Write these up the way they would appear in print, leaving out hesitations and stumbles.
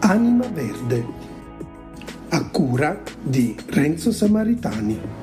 Anima Verde, a cura di Renzo Samaritani.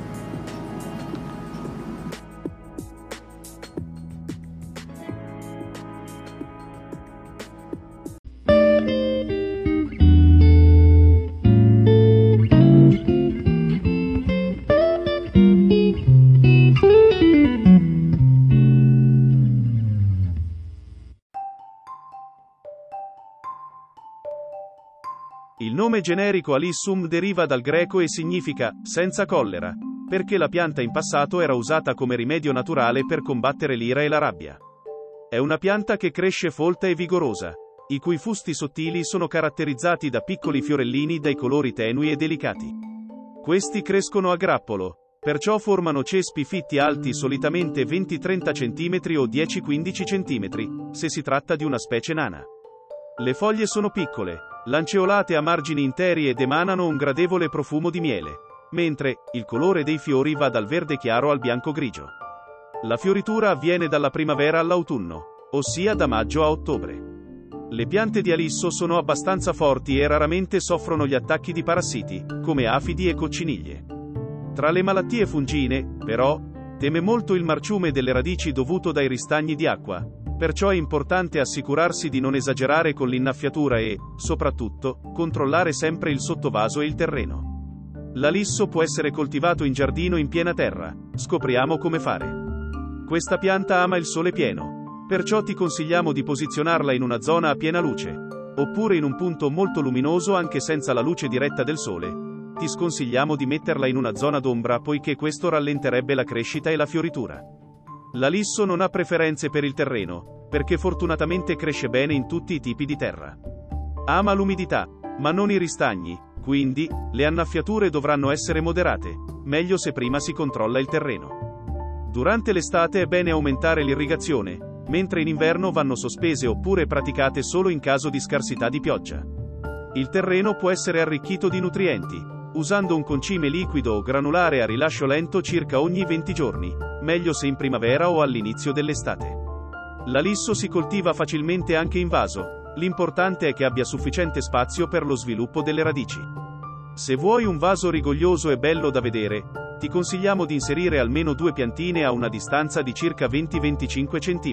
Il nome generico Alissum deriva dal greco e significa senza collera, perché la pianta in passato era usata come rimedio naturale per combattere l'ira e la rabbia. È una pianta che cresce folta e vigorosa, i cui fusti sottili sono caratterizzati da piccoli fiorellini dai colori tenui e delicati. Questi crescono a grappolo, perciò formano cespi fitti alti solitamente 20-30 cm o 10-15 cm, se si tratta di una specie nana. Le foglie sono piccole, lanceolate a margini interi ed emanano un gradevole profumo di miele, mentre il colore dei fiori va dal verde chiaro al bianco grigio. La fioritura avviene dalla primavera all'autunno, ossia da maggio a ottobre. Le piante di alisso sono abbastanza forti e raramente soffrono gli attacchi di parassiti, come afidi e cocciniglie. Tra le malattie fungine, però, teme molto il marciume delle radici dovuto dai ristagni di acqua. Perciò è importante assicurarsi di non esagerare con l'innaffiatura e, soprattutto, controllare sempre il sottovaso e il terreno. L'alisso può essere coltivato in giardino in piena terra. Scopriamo come fare. Questa pianta ama il sole pieno. Perciò ti consigliamo di posizionarla in una zona a piena luce, oppure in un punto molto luminoso anche senza la luce diretta del sole. Ti sconsigliamo di metterla in una zona d'ombra poiché questo rallenterebbe la crescita e la fioritura. L'alisso non ha preferenze per il terreno, perché fortunatamente cresce bene in tutti i tipi di terra. Ama l'umidità, ma non i ristagni, quindi, le annaffiature dovranno essere moderate, meglio se prima si controlla il terreno. Durante l'estate è bene aumentare l'irrigazione, mentre in inverno vanno sospese oppure praticate solo in caso di scarsità di pioggia. Il terreno può essere arricchito di nutrienti, usando un concime liquido o granulare a rilascio lento circa ogni 20 giorni, meglio se in primavera o all'inizio dell'estate. L'alisso si coltiva facilmente anche in vaso, l'importante è che abbia sufficiente spazio per lo sviluppo delle radici. Se vuoi un vaso rigoglioso e bello da vedere, ti consigliamo di inserire almeno 2 piantine a una distanza di circa 20-25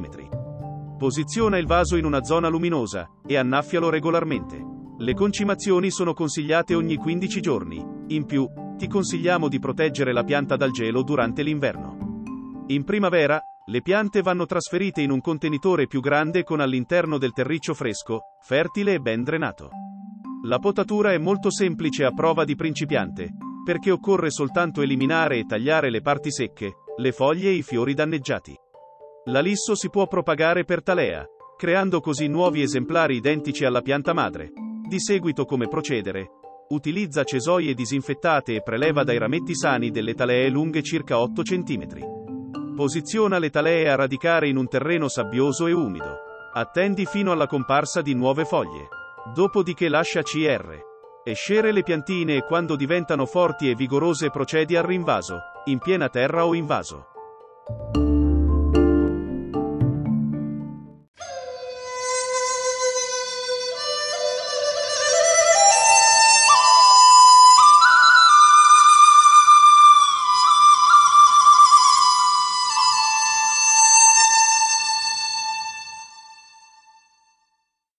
cm. Posiziona il vaso in una zona luminosa, e annaffialo regolarmente. Le concimazioni sono consigliate ogni 15 giorni, in più, ti consigliamo di proteggere la pianta dal gelo durante l'inverno. In primavera, le piante vanno trasferite in un contenitore più grande con all'interno del terriccio fresco, fertile e ben drenato. La potatura è molto semplice a prova di principiante, perché occorre soltanto eliminare e tagliare le parti secche, le foglie e i fiori danneggiati. L'alisso si può propagare per talea, creando così nuovi esemplari identici alla pianta madre. Di seguito come procedere? Utilizza cesoie disinfettate e preleva dai rametti sani delle talee lunghe circa 8 cm. Posiziona le talee a radicare in un terreno sabbioso e umido. Attendi fino alla comparsa di nuove foglie. Dopodiché lascia escere le piantine e quando diventano forti e vigorose procedi al rinvaso, in piena terra o in vaso.